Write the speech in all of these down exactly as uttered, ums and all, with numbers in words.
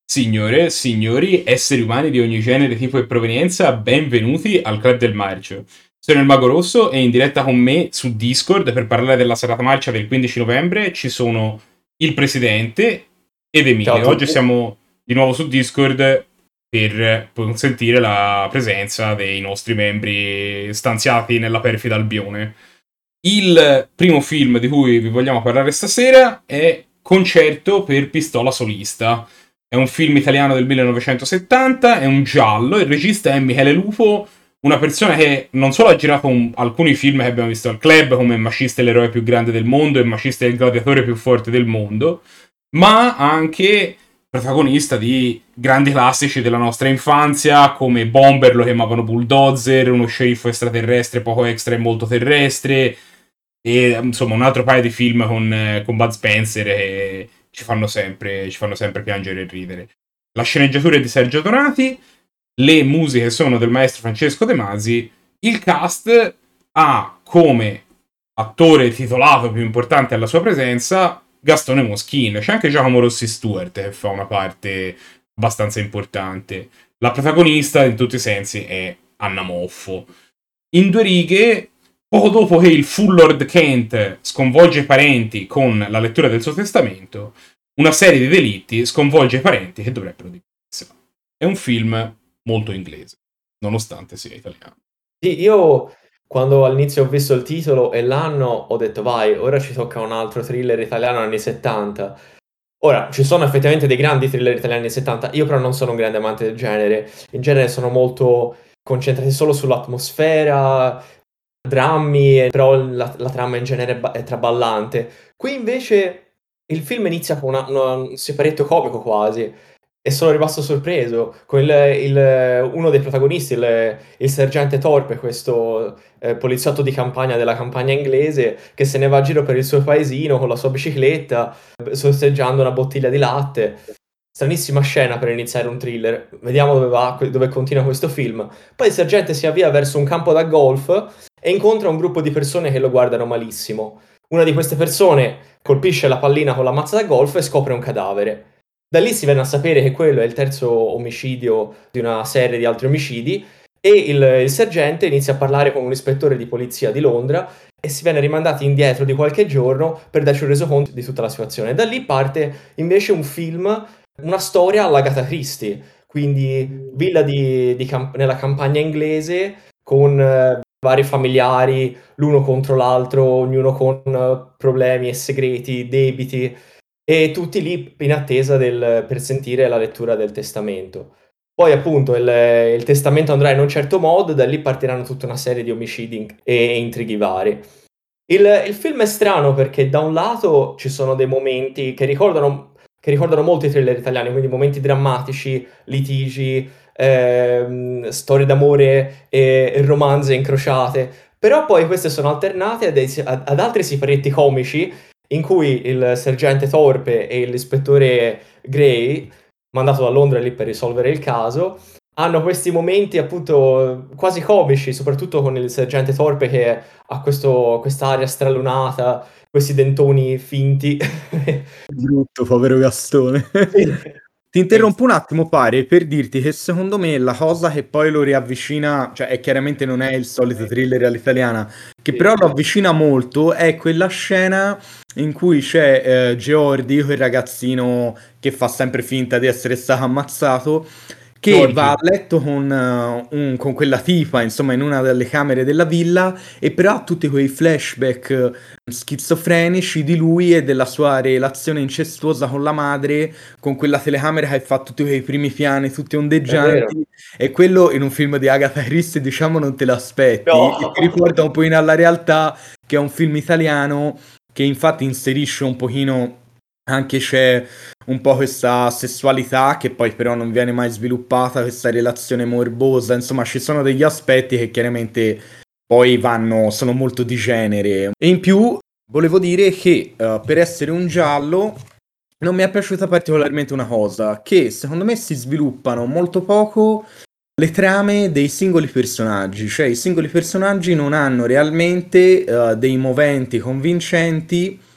Signore, signori, esseri umani di ogni genere, tipo e provenienza, benvenuti al Club del Marcio. Sono il Mago Rosso e in diretta con me su Discord per parlare della serata marcia del quindici novembre ci sono il presidente ed Ciao a Emile. Oggi tutti. siamo di nuovo su Discord per consentire la presenza dei nostri membri stanziati nella perfida Albione. Il primo film di cui vi vogliamo parlare stasera è Concerto per pistola solista. È un film italiano del millenovecentosettanta, è un giallo, il regista è Michele Lupo, una persona che non solo ha girato un- alcuni film che abbiamo visto al club, come Maciste l'eroe più grande del mondo e Maciste il gladiatore più forte del mondo, ma anche protagonista di grandi classici della nostra infanzia, come Bomber lo chiamavano Bulldozer, uno sceriffo extraterrestre poco extra e molto terrestre, e insomma un altro paio di film con, eh, con Bud Spencer che ci fanno sempre, ci fanno sempre piangere e ridere. La sceneggiatura è di Sergio Donati, le musiche sono del maestro Francesco De Masi, il cast ha come attore titolato più importante alla sua presenza Gastone Moschin. C'è anche Giacomo Rossi Stewart che fa una parte abbastanza importante. La protagonista in tutti i sensi è Anna Moffo. In due righe, poco dopo che il Full Lord Kent sconvolge i parenti con la lettura del suo testamento, una serie di delitti sconvolge i parenti che dovrebbero dimettersi. È un film molto inglese, nonostante sia italiano. Sì, io quando all'inizio ho visto il titolo e l'anno ho detto vai, ora ci tocca un altro thriller italiano anni settanta. Ora, ci sono effettivamente dei grandi thriller italiani anni settanta, io però non sono un grande amante del genere. In genere sono molto concentrati solo sull'atmosfera, drammi, però la, la trama in genere è ba- è traballante. Qui invece il film inizia con una- una- un siparetto comico quasi. E sono rimasto sorpreso con il, il- uno dei protagonisti, il, il sergente Torpe, questo eh, poliziotto di campagna della campagna inglese, che se ne va a giro per il suo paesino con la sua bicicletta, eh, sorseggiando una bottiglia di latte. Stranissima scena per iniziare un thriller. Vediamo dove va, dove continua questo film. Poi il sergente si avvia verso un campo da golf e incontra un gruppo di persone che lo guardano malissimo. Una di queste persone colpisce la pallina con la mazza da golf e scopre un cadavere. Da lì si viene a sapere che quello è il terzo omicidio di una serie di altri omicidi e il, il sergente inizia a parlare con un ispettore di polizia di Londra e si viene rimandati indietro di qualche giorno per darci un resoconto di tutta la situazione. Da lì parte invece un film, una storia all'Agatha Christie, quindi villa di, di camp- nella campagna inglese con eh, vari familiari, l'uno contro l'altro, ognuno con eh, problemi e segreti, debiti, e tutti lì in attesa del, per sentire la lettura del testamento. Poi appunto il, il testamento andrà in un certo modo, da lì partiranno tutta una serie di omicidi in- e intrighi vari. Il, il film è strano perché da un lato ci sono dei momenti che ricordano, che ricordano molto i thriller italiani, quindi momenti drammatici, litigi, ehm, storie d'amore e, e romanze incrociate, però poi queste sono alternate a dei- ad, ad altri siparetti comici in cui il sergente Torpe e l'ispettore Gray, mandato da Londra lì per risolvere il caso, hanno questi momenti appunto quasi comici, soprattutto con il sergente Torpe che ha questo, quest'aria stralunata, questi dentoni finti. Brutto, povero Gastone. Sì. Ti interrompo un attimo, pare, per dirti che secondo me la cosa che poi lo riavvicina, cioè è chiaramente non è il solito thriller all'italiana, che però lo avvicina molto, è quella scena in cui c'è eh, Geordi, quel ragazzino che fa sempre finta di essere stato ammazzato, che va a Giorgi. letto con, eh, un- con quella tipa, insomma, in una delle camere della villa, e però ha tutti quei flashback eh, schizofrenici di lui e della sua relazione incestuosa con la madre, con quella telecamera che fa tutti quei primi piani, tutti È vero. ondeggianti, e quello in un film di Agatha Christie, diciamo, non te l'aspetti, e No. ti riporta un pochino alla realtà, che è un film italiano, che infatti inserisce un pochino, anche c'è un po' questa sessualità che poi però non viene mai sviluppata, questa relazione morbosa, insomma ci sono degli aspetti che chiaramente poi vanno, sono molto di genere. E in più volevo dire che eh, per essere un giallo non mi è piaciuta particolarmente una cosa, che secondo me si sviluppano molto poco le trame dei singoli personaggi, cioè i singoli personaggi non hanno realmente eh, dei moventi convincenti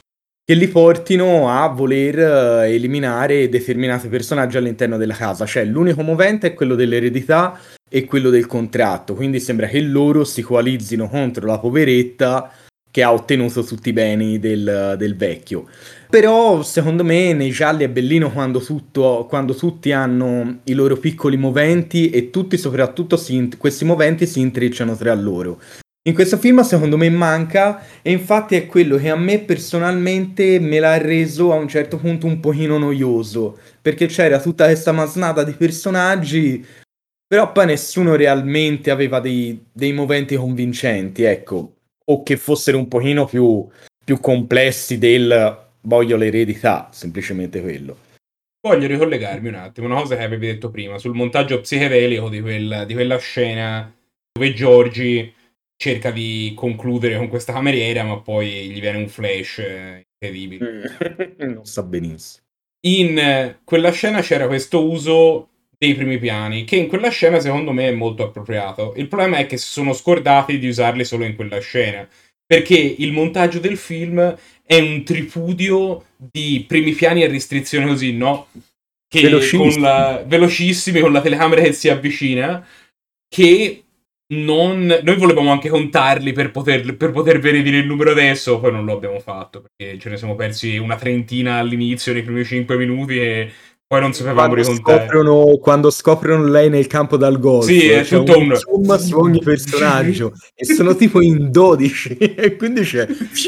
che li portino a voler eh, eliminare determinati personaggi all'interno della casa. Cioè, l'unico movente è quello dell'eredità e quello del contratto, quindi sembra che loro si coalizzino contro la poveretta che ha ottenuto tutti i beni del, del vecchio. Però secondo me nei gialli è bellino quando, tutto, quando tutti hanno i loro piccoli moventi e tutti soprattutto si, questi moventi si intrecciano tra loro. In questo film secondo me manca, e infatti è quello che a me personalmente me l'ha reso a un certo punto un pochino noioso, perché c'era tutta questa masnada di personaggi, però poi nessuno realmente aveva dei, dei moventi convincenti, ecco, o che fossero un pochino più, più complessi del voglio l'eredità, semplicemente quello. Voglio ricollegarmi un attimo, una cosa che avevi detto prima, sul montaggio psichedelico di, quel, di quella scena dove Giorgi cerca di concludere con questa cameriera, ma poi gli viene un flash eh, incredibile. Non sa benissimo. In eh, quella scena c'era questo uso dei primi piani, che in quella scena secondo me è molto appropriato. Il problema è che si sono scordati di usarli solo in quella scena, perché il montaggio del film è un tripudio di primi piani a restrizione così, no? Che Velocissimi. con la velocissimi, con la telecamera che si avvicina, che non... Noi volevamo anche contarli per poter, per poter benedire il numero adesso, poi non lo abbiamo fatto, perché ce ne siamo persi una trentina all'inizio, nei primi cinque minuti, e poi non sapevamo Quando ricontare. scoprono, quando scoprono lei nel campo dal golf, Sì, è c'è tutto un un... zoom su ogni personaggio e sono tipo in dodici e quindi c'è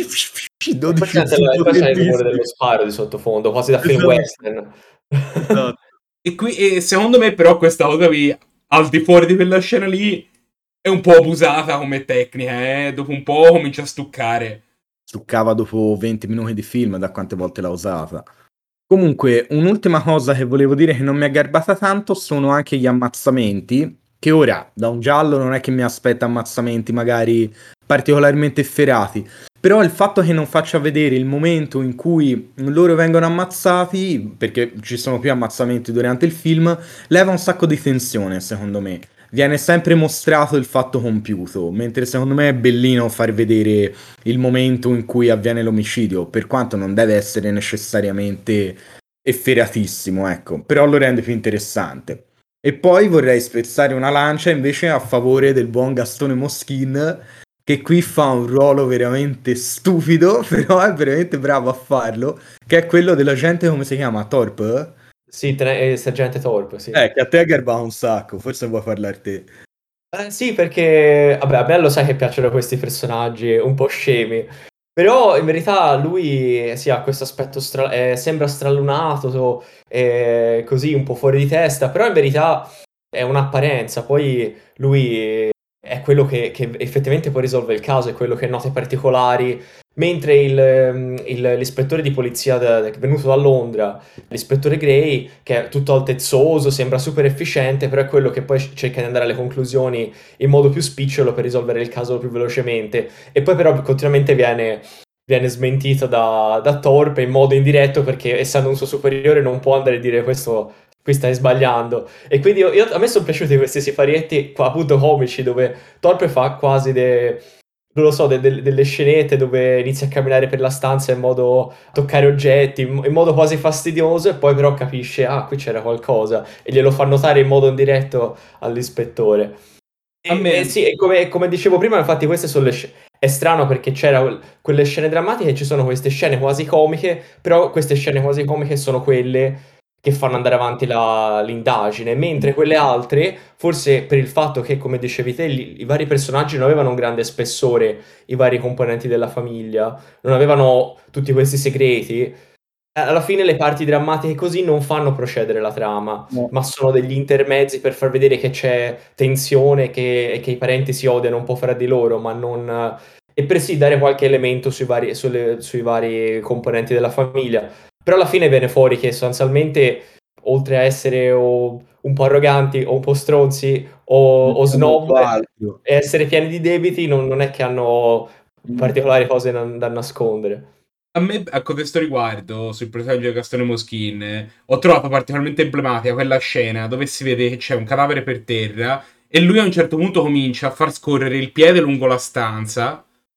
dodici Poi c'è zoom il, poi c'è il rumore potentissimi. dello sparo di sottofondo, quasi da film Esatto. western. Esatto. E, qui, e secondo me però questa cosa qui, al di fuori di quella scena lì, è un po' abusata come tecnica, eh? Dopo un po' comincia a stuccare. Stuccava dopo venti minuti di film, da quante volte l'ha usata. Comunque, un'ultima cosa che volevo dire che non mi ha garbata tanto sono anche gli ammazzamenti, che ora, da un giallo, non è che mi aspetta ammazzamenti magari particolarmente efferati, però il fatto che non faccia vedere il momento in cui loro vengono ammazzati, perché ci sono più ammazzamenti durante il film, leva un sacco di tensione, secondo me. Viene sempre mostrato il fatto compiuto, mentre secondo me è bellino far vedere il momento in cui avviene l'omicidio, per quanto non deve essere necessariamente efferatissimo, ecco, però lo rende più interessante. E poi vorrei spezzare una lancia invece a favore del buon Gastone Moschin, che qui fa un ruolo veramente stupido, però è veramente bravo a farlo, che è quello dell'agente, come si chiama, Torp? Sì, tre- eh, Sergente Torp, sì. Eh, che a te garba un sacco, forse vuoi parlare te. Eh, sì, perché vabbè, a me lo sai che piacciono questi personaggi un po' scemi. Però in verità lui sì, ha questo aspetto stra- eh, sembra stralunato, eh, così un po' fuori di testa, però in verità è un'apparenza. Poi lui è quello che, che effettivamente poi risolve il caso, è quello che nota i particolari. Mentre il, ehm, il- l'ispettore di polizia da- che è venuto da Londra, l'ispettore Gray, che è tutto altezzoso, sembra super efficiente, però è quello che poi cerca di andare alle conclusioni in modo più spicciolo per risolvere il caso più velocemente. E poi però continuamente viene, viene smentito da, da Thorpe in modo indiretto perché essendo un suo superiore non può andare a dire questo, qui stai sbagliando. E quindi io, io- a me sono piaciuti questi siparietti qua, appunto comici dove Thorpe fa quasi de- non lo so, de- de- delle scenette dove inizia a camminare per la stanza in modo a toccare oggetti, in, in modo quasi fastidioso, e poi però capisce, ah, qui c'era qualcosa, e glielo fa notare in modo indiretto all'ispettore. A E, me... e sì, e come, come dicevo prima, infatti queste sono le scene... È strano perché c'era quel- quelle scene drammatiche, ci sono queste scene quasi comiche, però queste scene quasi comiche sono quelle che fanno andare avanti la- l'indagine, mentre quelle altre, forse per il fatto che, come dicevi te, gli- i vari personaggi non avevano un grande spessore, i vari componenti della famiglia, non avevano tutti questi segreti, alla fine le parti drammatiche così non fanno procedere la trama, No. ma sono degli intermezzi per far vedere che c'è tensione che, e che i parenti si odiano un po' fra di loro, ma non... E per sì dare qualche elemento sui vari, sulle- sui vari componenti della famiglia. Però alla fine viene fuori che sostanzialmente, oltre a essere o un po' arroganti o un po' stronzi o, Non o c'è snob molto e altro. e essere pieni di debiti, non, non è che hanno particolari cose da, da nascondere. A me, a questo riguardo, sul personaggio di Gastone Moschin, eh, ho trovato particolarmente emblematica quella scena dove si vede che c'è un cadavere per terra e lui a un certo punto comincia a far scorrere il piede lungo la stanza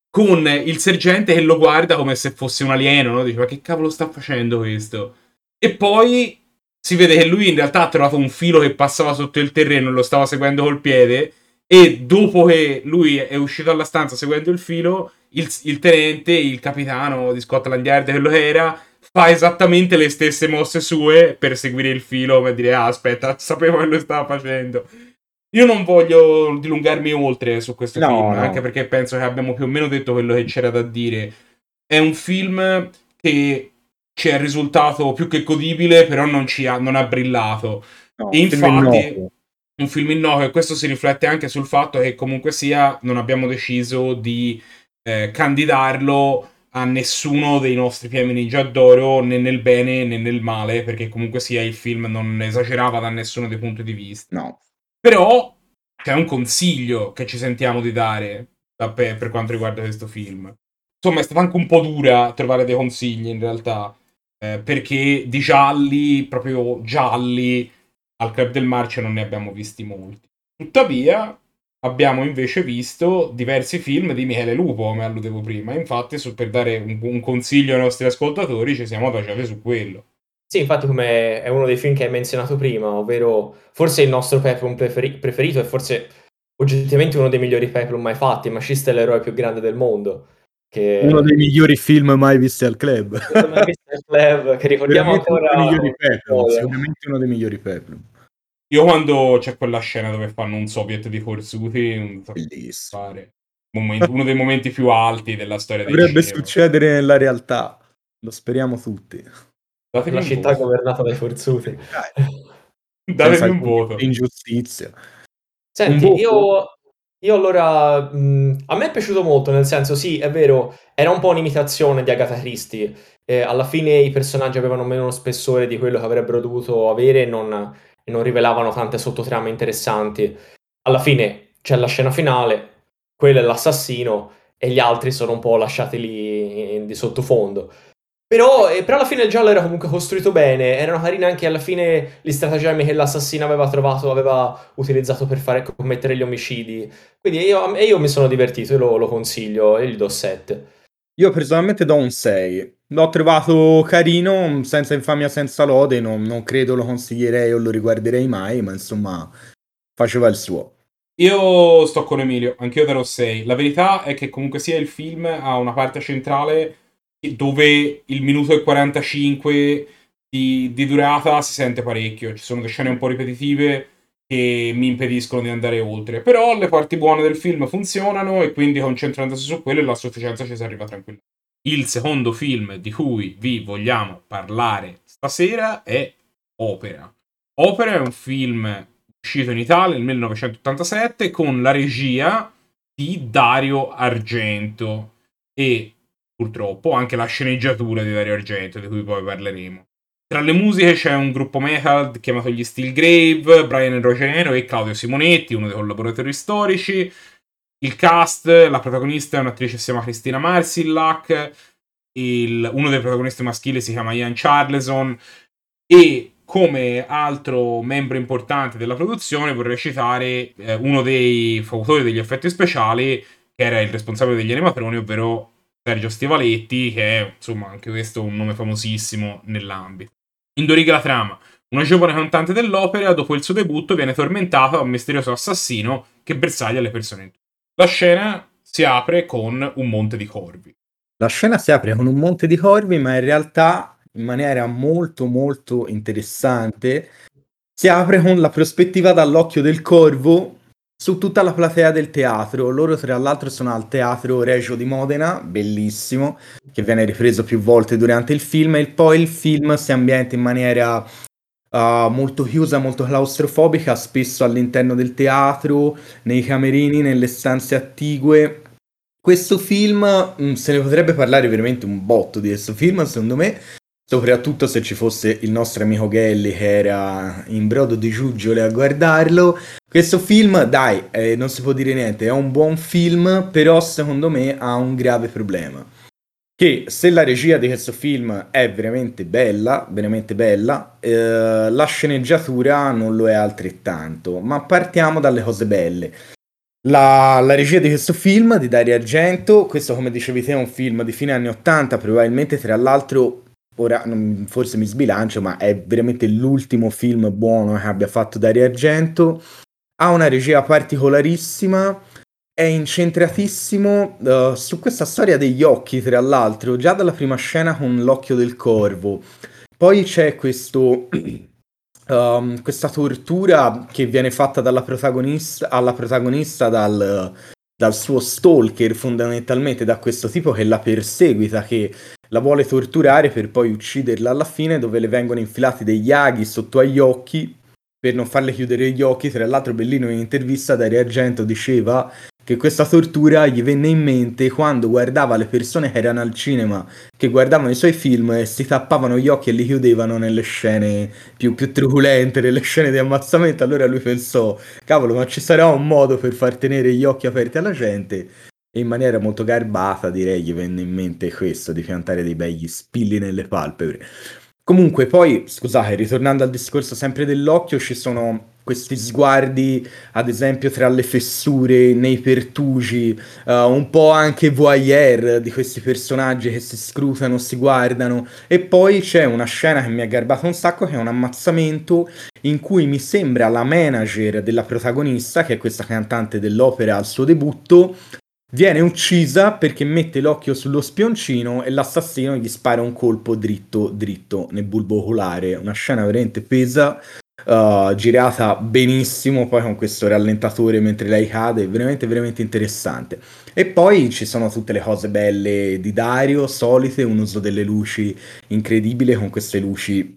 con il sergente che lo guarda come se fosse un alieno, no? Dice, ma che cavolo sta facendo questo? E poi si vede che lui in realtà ha trovato un filo che passava sotto il terreno e lo stava seguendo col piede, e dopo che lui è uscito dalla stanza seguendo il filo, il, il tenente, il capitano di Scotland Yard, quello che era, fa esattamente le stesse mosse sue per seguire il filo, come dire, ah, aspetta, sapevo che lo stava facendo. Io non voglio dilungarmi oltre su questo No, film, no. anche perché penso che abbiamo più o meno detto quello che c'era da dire. È un film che ci è risultato più che godibile, però non, ci ha, non ha brillato. No, E un film infatti, innocuo. un film innocuo, e questo si riflette anche sul fatto che comunque sia non abbiamo deciso di eh, candidarlo a nessuno dei nostri premi Ninja d'Oro, né nel bene né nel male, perché comunque sia il film non esagerava da nessuno dei punti di vista. No. Però c'è un consiglio che ci sentiamo di dare da- per, per quanto riguarda questo film. Insomma, è stata anche un po' dura trovare dei consigli in realtà, eh, perché di gialli, proprio gialli, al Club del Marcio non ne abbiamo visti molti. Tuttavia, abbiamo invece visto diversi film di Michele Lupo, come alludevo prima. Infatti, su- per dare un, un consiglio ai nostri ascoltatori, ci siamo adagiati su quello. Sì, infatti come è uno dei film che hai menzionato prima, ovvero forse il nostro peplum preferi- preferito e forse oggettivamente uno dei migliori peplum mai fatti, Macista è l'eroe più grande del mondo. Che Uno dei migliori film mai visti al club. Mister Club, che ricordiamo Veramente uno ancora. dei migliori peplum, Storia. sicuramente uno dei migliori peplum. Io quando c'è quella scena dove fanno un soviet di forzuti, non so Bellissimo. fare. Momento- uno dei momenti più alti della storia del Dovrebbe cinema. succedere nella realtà. Lo speriamo tutti. Datemi La un città voto. governata dai forzuti. Datemi Senza un alcun tipo voto. di ingiustizia. Un Senti, voto? io, io allora, mh, a me è piaciuto molto, nel senso, sì, è vero, era un po' un'imitazione di Agatha Christie. Eh, alla fine i personaggi avevano meno spessore di quello che avrebbero dovuto avere e non, e non rivelavano tante sottotrame interessanti. Alla fine c'è la scena finale, quello è l'assassino e gli altri sono un po' lasciati lì in- di sottofondo. Però, eh, però alla fine il giallo era comunque costruito bene, erano carine anche alla fine gli stratagemmi che l'assassino aveva trovato, aveva utilizzato per fare commettere gli omicidi. Quindi io, e io mi sono divertito, io lo, lo consiglio e gli do sette. Io personalmente do un sei. L'ho trovato carino, senza infamia, senza lode. Non, non credo lo consiglierei o lo riguarderei mai, ma insomma, faceva il suo. Io sto con Emilio, anch'io darò sei. La verità è che comunque sia il film ha una parte centrale dove il minuto e quarantacinque di, di durata si sente parecchio. Ci sono delle scene un po' ripetitive che mi impediscono di andare oltre. Però le parti buone del film funzionano e quindi concentrandosi su quello la sufficienza ci si arriva tranquillamente. Il secondo film di cui vi vogliamo parlare stasera è Opera. Opera è un film uscito in Italia nel millenovecentottantasette con la regia di Dario Argento e purtroppo anche la sceneggiatura di Dario Argento, di cui poi parleremo. Tra le musiche c'è un gruppo metal chiamato gli Steel Grave, Brian Rogero e Claudio Simonetti, uno dei collaboratori storici. Il cast, la protagonista è un'attrice che si chiama Cristina Marsillac, il, uno dei protagonisti maschili si chiama Ian Charleson, e come altro membro importante della produzione vorrei citare eh, uno dei fautori degli effetti speciali, che era il responsabile degli animatroni, ovvero Sergio Stivaletti, che è insomma anche questo un nome famosissimo nell'ambito. Indorica la trama. Una giovane cantante dell'opera, dopo il suo debutto, viene tormentata da un misterioso assassino che bersaglia le persone intorno. La scena si apre con un monte di corvi. La scena si apre con un monte di corvi, ma in realtà, in maniera molto molto interessante, si apre con la prospettiva dall'occhio del corvo su tutta la platea del teatro. Loro tra l'altro sono al Teatro Regio di Modena, bellissimo, che viene ripreso più volte durante il film, e poi il film si ambienta in maniera uh, molto chiusa, molto claustrofobica, spesso all'interno del teatro, nei camerini, nelle stanze attigue. Questo film, mh, se ne potrebbe parlare veramente un botto di questo film, secondo me, soprattutto se ci fosse il nostro amico Gelli che era in brodo di giuggiole a guardarlo. Questo film, dai, eh, non si può dire niente, è un buon film, però secondo me ha un grave problema. Che se la regia di questo film è veramente bella, veramente bella, eh, la sceneggiatura non lo è altrettanto. Ma partiamo dalle cose belle. La, la regia di questo film di Dario Argento, questo come dicevi te è un film di fine anni ottanta, probabilmente tra l'altro, ora non- forse mi sbilancio, ma è veramente l'ultimo film buono che abbia fatto Dario Argento. Ha una regia particolarissima, è incentratissimo eh, su questa storia degli occhi, tra l'altro, già dalla prima scena con l'occhio del corvo. Poi c'è questo, um, questa tortura che viene fatta dalla protagonista, alla protagonista dal, dal suo stalker, fondamentalmente, da questo tipo che la perseguita, che la vuole torturare per poi ucciderla alla fine, dove le vengono infilati degli aghi sotto agli occhi per non farle chiudere gli occhi. Tra l'altro, Bellino in intervista Dario Argento diceva che questa tortura gli venne in mente quando guardava le persone che erano al cinema, che guardavano i suoi film e si tappavano gli occhi e li chiudevano nelle scene più, più truculente, nelle scene di ammazzamento. Allora lui pensò, cavolo, ma ci sarà un modo per far tenere gli occhi aperti alla gente? E in maniera molto garbata, direi, gli venne in mente questo, di piantare dei begli spilli nelle palpebre. Comunque, poi, scusate, ritornando al discorso sempre dell'occhio, ci sono questi sguardi, ad esempio, tra le fessure, nei pertugi, eh, un po' anche voyeur di questi personaggi che si scrutano, si guardano. E poi c'è una scena che mi ha garbato un sacco, che è un ammazzamento in cui mi sembra la manager della protagonista, che è questa cantante dell'opera al suo debutto, viene uccisa perché mette l'occhio sullo spioncino e l'assassino gli spara un colpo dritto dritto nel bulbo oculare. Una scena veramente pesa, uh, girata benissimo, poi con questo rallentatore mentre lei cade, veramente veramente interessante. E poi ci sono tutte le cose belle di Dario, solite, un uso delle luci incredibile con queste luci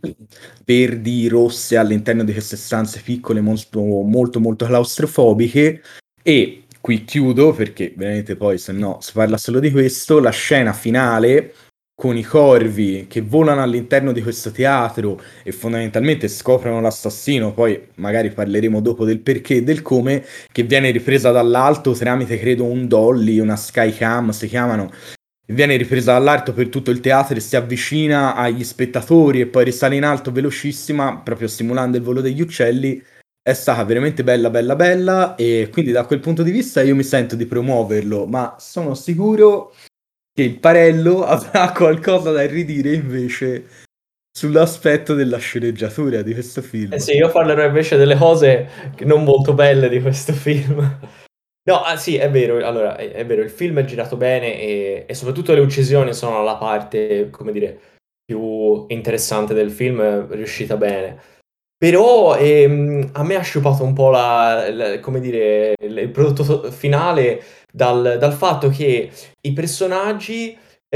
verdi, rosse all'interno di queste stanze piccole molto molto molto claustrofobiche. E qui chiudo perché veramente poi se no si parla solo di questo, la scena finale con i corvi che volano all'interno di questo teatro e fondamentalmente scoprono l'assassino, poi magari parleremo dopo del perché e del come, che viene ripresa dall'alto tramite credo un dolly, una skycam si chiamano, viene ripresa dall'alto per tutto il teatro e si avvicina agli spettatori e poi risale in alto velocissima, proprio simulando il volo degli uccelli. È stata veramente bella, bella, bella, e quindi da quel punto di vista io mi sento di promuoverlo, ma sono sicuro che il Parello avrà qualcosa da ridire invece sull'aspetto della sceneggiatura di questo film. Eh sì, io parlerò invece delle cose che non molto belle di questo film. No, ah, sì, è vero, allora, è, è vero, il film è girato bene e, e soprattutto le uccisioni sono la parte, come dire, più interessante del film, è riuscita bene. Però ehm, a me ha sciupato un po' la, la- come dire, il il prodotto so- finale dal, dal fatto che i personaggi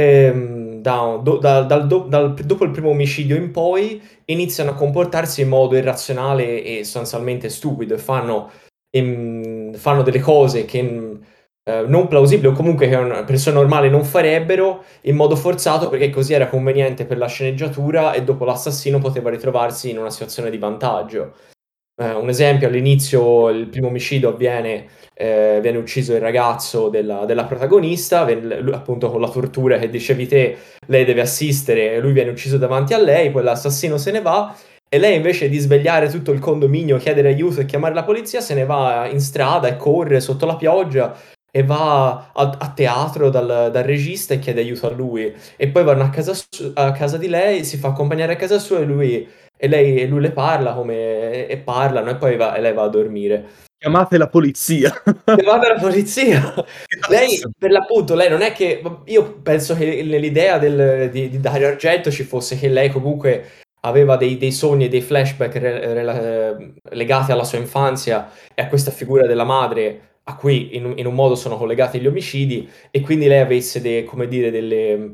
ehm, da- do- da- dal do- dal- dopo il primo omicidio in poi iniziano a comportarsi in modo irrazionale e sostanzialmente stupido e fanno, ehm, fanno delle cose che mh, eh, non plausibili o comunque che una persona normale non farebbero in modo forzato perché così era conveniente per la sceneggiatura e dopo l'assassino poteva ritrovarsi in una situazione di vantaggio. Eh, un esempio, all'inizio il primo omicidio avviene, eh, viene ucciso il ragazzo della, della protagonista, ven- lui- appunto con la tortura che dicevi te, lei deve assistere e lui viene ucciso davanti a lei, poi l'assassino se ne va e lei invece di svegliare tutto il condominio, chiedere aiuto e chiamare la polizia, se ne va in strada e corre sotto la pioggia e va a, a teatro dal, dal regista e chiede aiuto a lui. E poi vanno a casa, su- a casa di lei, si fa accompagnare a casa sua e lui, e lei, e lui le parla come, e parlano e poi va, e lei va a dormire. Chiamate la polizia. Chiamate la polizia! Lei, Cazzo. per l'appunto, lei non è che... Io penso che nell'idea del- di, di Dario Argento ci fosse che lei comunque aveva dei, dei sogni e dei flashback re- rela- legati alla sua infanzia e a questa figura della madre a cui in, un in un modo sono collegati gli omicidi e quindi lei avesse, de- come dire, delle...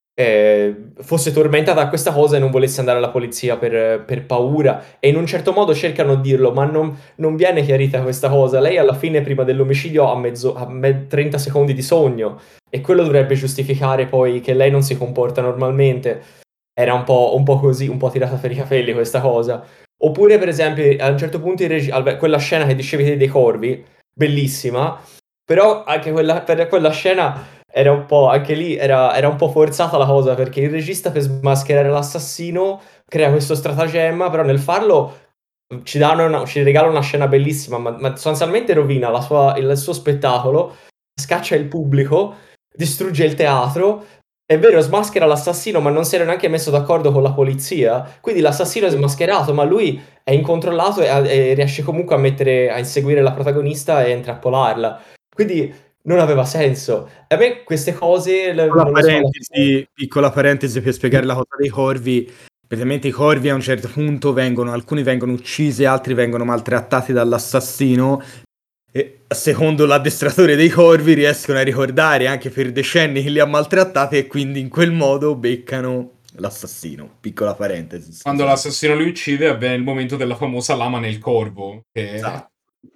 eh, fosse tormentata da questa cosa e non volesse andare alla polizia per, per paura e in un certo modo cercano di dirlo, ma non non viene chiarita questa cosa. Lei alla fine, prima dell'omicidio, ha, mezzo, ha me- trenta secondi di sogno e quello dovrebbe giustificare poi che lei non si comporta normalmente. Era un po', un po' così, un po' tirata per i capelli questa cosa. Oppure, per esempio, a un certo punto il regi- al- quella scena che dicevi te dei corvi, bellissima, però anche quella, per quella scena era un po', anche lì era, era un po' forzata la cosa perché il regista per smascherare l'assassino crea questo stratagemma, però nel farlo ci danno una, ci regala una scena bellissima, ma, ma sostanzialmente rovina la sua, il suo spettacolo, scaccia il pubblico, distrugge il teatro. È vero, smaschera l'assassino, ma non si era neanche messo d'accordo con la polizia. Quindi l'assassino è smascherato, ma lui è incontrollato e, e riesce comunque a mettere, a inseguire la protagonista e intrappolarla. Quindi non aveva senso. A me queste cose, le- Piccola non lo so, alla fine- parentesi, piccola parentesi per spiegare la cosa dei corvi. Praticamente i corvi a un certo punto vengono, alcuni vengono uccisi, altri vengono maltrattati dall'assassino. E secondo l'addestratore dei corvi riescono a ricordare anche per decenni che li ha maltrattati e quindi in quel modo beccano l'assassino. Piccola parentesi. Quando scusate. l'assassino li uccide avviene il momento della famosa lama nel corvo. Che... Esatto.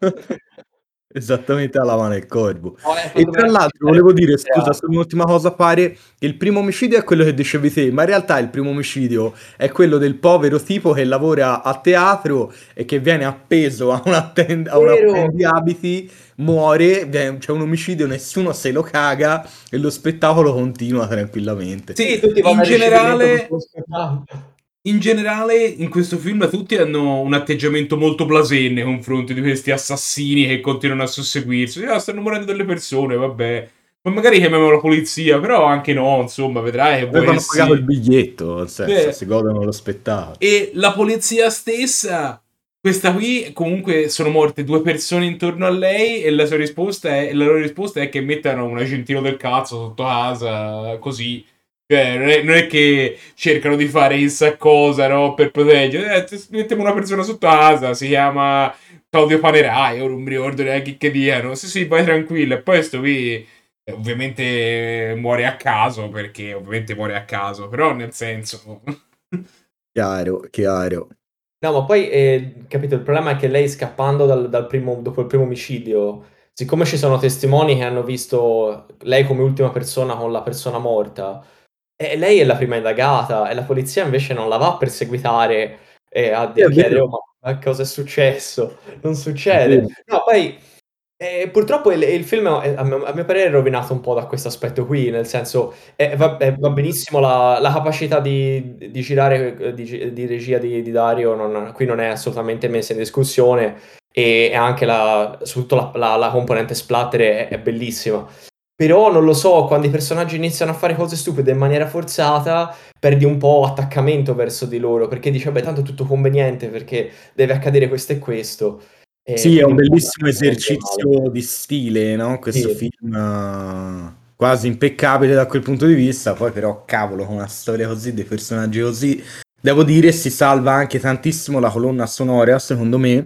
Esattamente alla mano del corvo. No, eh, E quando tra vai a l'altro visitare volevo dire, il scusa, teatro. solo un'ultima cosa, pare che il primo omicidio è quello che dicevi te, ma in realtà il primo omicidio è quello del povero tipo che lavora a teatro e che viene appeso a una tenda, a una Vero! di abiti, muore, viene- c'è un omicidio, nessuno se lo caga e lo spettacolo continua tranquillamente. Sì, tutti vanno in al ricevimento generale, per lo spettacolo. in generale, in questo film tutti hanno un atteggiamento molto blasé nei confronti di questi assassini che continuano a susseguirsi. Ah, stanno morendo delle persone, vabbè. Ma magari chiamiamo la polizia, però anche no, insomma, vedrai che Avevano vuoi pagato il sì. biglietto, nel senso, Beh, si godono lo spettacolo. e la polizia stessa, questa qui, comunque sono morte due persone intorno a lei e la sua risposta è, la loro risposta è che mettano un agentino del cazzo sotto casa, così. Cioè, non è, non è che cercano di fare chissà cosa, no? Per proteggere. Eh, t- mettiamo una persona sotto casa, si chiama Claudio Panerai, ora non mi ricordo neanche che diano. Sì, sì, vai tranquillo. E poi sto qui, eh, ovviamente muore a caso, perché ovviamente muore a caso, però nel senso... Chiaro, chiaro. No, ma poi, eh, capito, il problema è che lei scappando dal, dal primo, dopo il primo omicidio, siccome ci sono testimoni che hanno visto lei come ultima persona con la persona morta, e lei è la prima indagata e la polizia invece non la va a perseguitare e a, Sì, a è chiedere, vero, oh, ma, ma cosa è successo? Non è succede. vero. No, poi eh, purtroppo il, il film, è, a mio, a mio parere, è rovinato un po' da questo aspetto qui, nel senso, eh, va, eh, va benissimo la, la capacità di, di girare, eh, di, di regia di, di Dario, non- qui non è assolutamente messa in discussione, e, e anche la, soprattutto la, la- la componente splatter è, è bellissima. Però non lo so, quando i personaggi iniziano a fare cose stupide in maniera forzata, perdi un po' attaccamento verso di loro, perché dici, vabbè, tanto è tutto conveniente, perché deve accadere questo e questo. E Sì, è quindi un un po' bellissimo mi rende male. esercizio di stile, no? Questo Sì. film eh, quasi impeccabile da quel punto di vista, poi però, cavolo, con una storia così, dei personaggi così, devo dire, si salva anche tantissimo la colonna sonora, secondo me,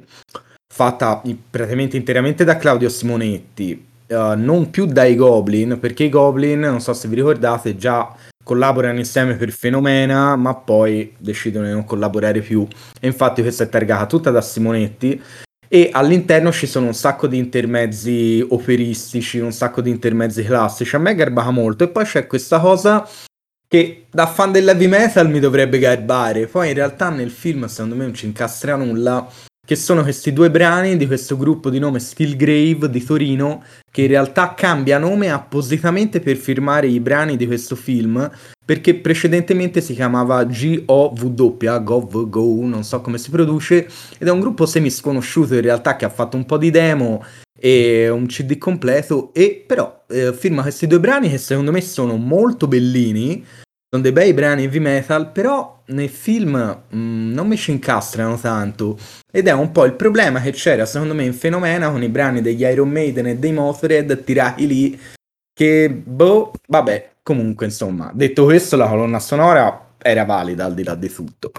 fatta i- praticamente interamente da Claudio Simonetti, eh, non più dai Goblin, perché i Goblin, non so se vi ricordate, già collaborano insieme per Fenomena, ma poi decidono di non collaborare più. E infatti questa è targata tutta da Simonetti. E all'interno ci sono un sacco di intermezzi operistici, un sacco di intermezzi classici. A me garba molto. E poi c'è questa cosa che da fan del heavy metal mi dovrebbe garbare. Poi in realtà nel film secondo me non ci incastra nulla. Che sono questi due brani di questo gruppo di nome Stillgrave di Torino, che in realtà cambia nome appositamente per firmare i brani di questo film, perché precedentemente si chiamava G O V W, Gov Go, non so come si produce, ed è un gruppo semi sconosciuto in realtà che ha fatto un po' di demo e un C D completo, e però eh, firma questi due brani che secondo me sono molto bellini, sono dei bei brani heavy metal, però nel film mh, non mi ci incastrano tanto, ed è un po' il problema che c'era secondo me in Fenomena con i brani degli Iron Maiden e dei Motorhead tirati lì, che boh, vabbè, comunque insomma, detto questo la colonna sonora era valida al di là di tutto.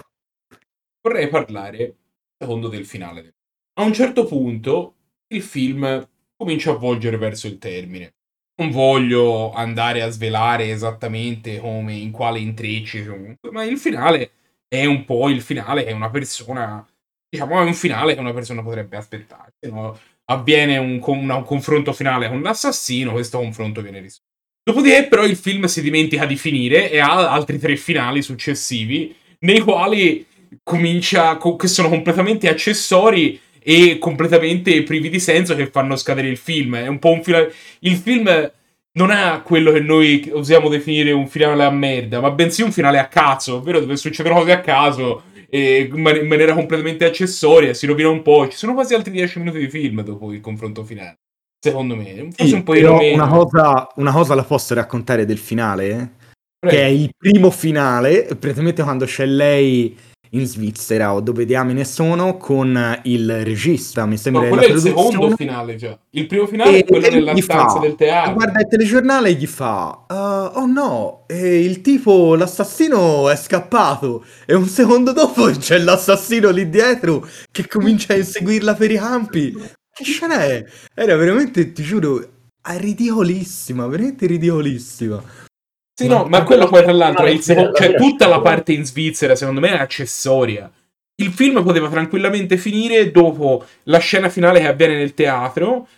Vorrei parlare, secondo, del finale. A un certo punto il film comincia a volgere verso il termine. Non voglio andare a svelare esattamente come, in quale intrecci, comunque, ma il finale è un po' il finale che una persona, diciamo, è un finale che una persona potrebbe aspettare. No? Avviene un, con- una- un confronto finale con l'assassino, questo confronto viene risolto. Dopodiché, però, il film si dimentica di finire e ha altri tre finali successivi, nei quali comincia, co- che sono completamente accessori e completamente privi di senso, che fanno scadere il film. È un po' un finale. Il film non ha quello che noi usiamo definire un finale a merda, ma bensì un finale a cazzo, ovvero dove succedono cose a caso e in maniera completamente accessoria, si rovina un po'. Ci sono quasi altri dieci minuti di film dopo il confronto finale, secondo me. Forse Sì, un po' però meno. una cosa, una cosa la posso raccontare del finale? Prego. Che è il primo finale, praticamente quando c'è lei in Svizzera o dove diamine sono con il regista, mi sembra, No, della quello è il produzione. secondo finale già. Il primo finale E, è quello e nella gli stanza fa, del teatro. guarda il telegiornale e gli fa, "Uh, oh no, e il tipo, l'assassino è scappato. E un secondo dopo c'è l'assassino lì dietro che comincia a inseguirla per i campi. Che scena è? Era veramente, ti giuro, ridicolissima, veramente ridicolissima. Sì, no, ma Ma quello poi tra l'altro è il secondo, cioè davvero tutta la scappato. parte in Svizzera secondo me è accessoria. Il film poteva tranquillamente finire dopo la scena finale che avviene nel teatro,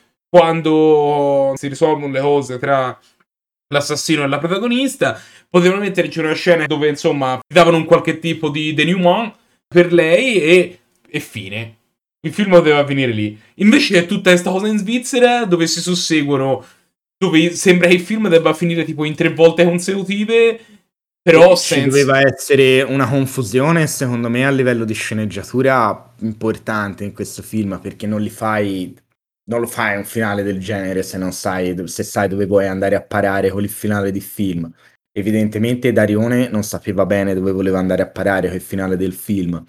quando si risolvono le cose tra l'assassino e la protagonista. Potevano metterci una scena dove insomma davano un qualche tipo di denouement per lei e, e fine. Il film poteva finire lì. Invece è tutta questa cosa in Svizzera dove si susseguono, dove sembra che il film debba finire tipo in tre volte consecutive, però Ci senza... doveva essere una confusione, secondo me, a livello di sceneggiatura importante in questo film, perché non li fai, non lo fai un finale del genere se non sai, se sai dove vuoi andare a parare con il finale di film. Evidentemente Darione non sapeva bene dove voleva andare a parare con il finale del film.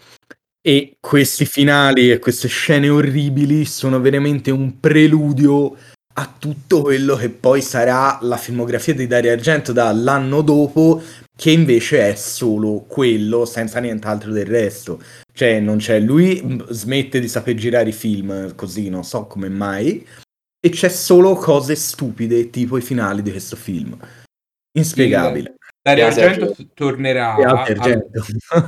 E questi finali e queste scene orribili sono veramente un preludio a tutto quello che poi sarà la filmografia di Dario Argento dall'anno dopo, che invece è solo quello, senza nient'altro del resto. Cioè, non c'è, lui smette di saper girare i film così, non so come mai, e c'è solo cose stupide, tipo i finali di questo film. Inspiegabile. Dario Grazie, Argento Argento. tornerà E altri al... Argento.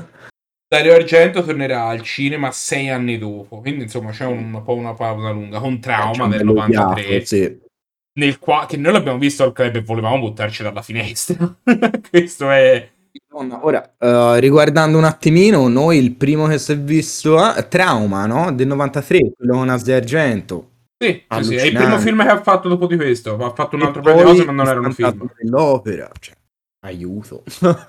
Dario Argento tornerà al cinema sei anni dopo, quindi insomma c'è un, un po' una pausa lunga, con Trauma del novantatré, Sì. nel qua... che noi l'abbiamo visto al club e volevamo buttarci dalla finestra. Questo è... Ora, uh, riguardando un attimino, noi il primo che si è visto è Trauma, no? Del novantatré, quello con Asia Argento. Sì, sì, sì, è il primo film che ha fatto dopo di questo. Ha fatto un E altro paio di poi cose, ma non il erano film. Fantasma dell'Opera, cioè, aiuto.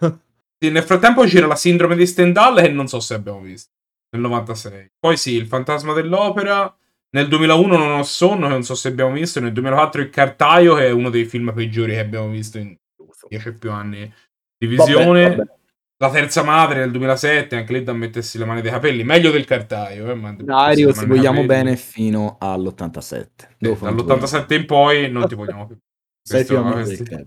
Sì, nel frattempo c'era la Sindrome di Stendhal che non so se abbiamo visto, nel novantasei. Poi sì, il Fantasma dell'Opera. Nel duemilauno Non ho sonno, che non so se abbiamo visto. Nel duemilaquattro Il Cartaio, che è uno dei film peggiori che abbiamo visto in dieci più anni di visione. Vabbè, vabbè. La Terza Madre nel duemilasette, anche lì da mettersi le mani dei capelli. Meglio del Cartaio, eh, ma Dario, le se mani nei vogliamo capelli. bene, fino all'ottantasette. Sì, Dopo non ti dall'ottantasette in poi non ti vogliamo più. Sei più Questo, amico del questo- club.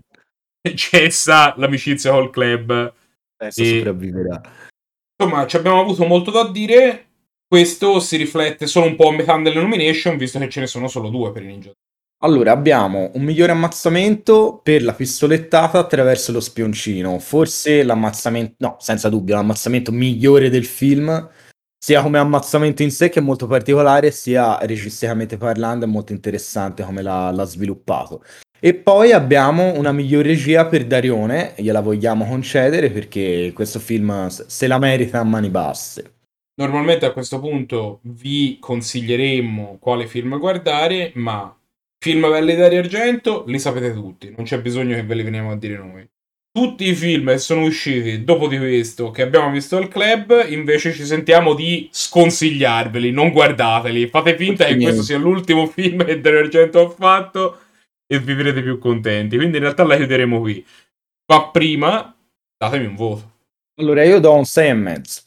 Cessa l'amicizia col club. Adesso E, sopravviverà. insomma, ci abbiamo avuto molto da dire. Questo si riflette solo un po' a metà delle nomination, visto che ce ne sono solo due per i Ninja. Allora, abbiamo un migliore ammazzamento per la pistolettata attraverso lo spioncino. Forse l'ammazzamento, no, senza dubbio, l'ammazzamento migliore del film, sia come ammazzamento in sé che è molto particolare, sia registicamente parlando è molto interessante come l'ha, l'ha sviluppato. E poi abbiamo una miglior regia per Darione, gliela vogliamo concedere perché questo film se la merita a mani basse. Normalmente a questo punto vi consiglieremmo quale film guardare, ma film belli di Dario Argento li sapete tutti, non c'è bisogno che ve li veniamo a dire noi. Tutti i film che sono usciti dopo di questo, che abbiamo visto al club, invece ci sentiamo di sconsigliarveli, non guardateli, fate finta che questo sia l'ultimo film che Dario Argento ha fatto e vivrete più contenti. Quindi in realtà la chiuderemo qui. Ma prima datemi un voto. Allora io do un sei e mezzo.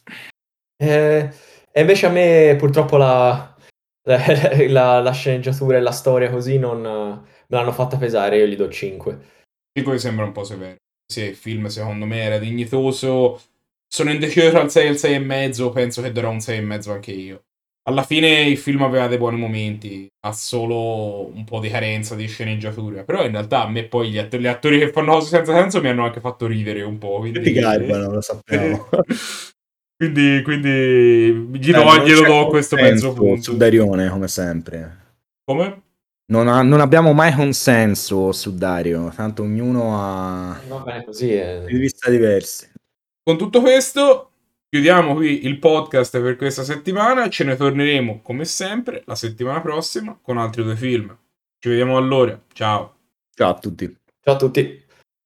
Eh, e invece a me purtroppo la, la, la sceneggiatura e la storia così non me l'hanno fatta pesare, io gli do cinque. Dico che sembra un po' severo. Sì, il film secondo me era dignitoso. Sono indeciso tra il sei e il sei e mezzo, penso che darò un sei e mezzo anche io. Alla fine il film aveva dei buoni momenti, ha solo un po' di carenza di sceneggiatura. Però in realtà a me poi gli attori, gli attori che fanno cose senza senso mi hanno anche fatto ridere un po'. Quindi... Ti garbano, lo sappiamo. quindi, quindi gli do, Eh, non glielo c'è do questo mezzo consenso punto. su Darione, come sempre. Come? Non, ha- non abbiamo mai consenso su Dario, tanto ognuno ha Va bene così. eh. punti di vista diversi. Con tutto questo, chiudiamo qui il podcast per questa settimana. Ce ne torneremo, come sempre, la settimana prossima con altri due film. Ci vediamo allora. Ciao. Ciao a tutti. Ciao a tutti.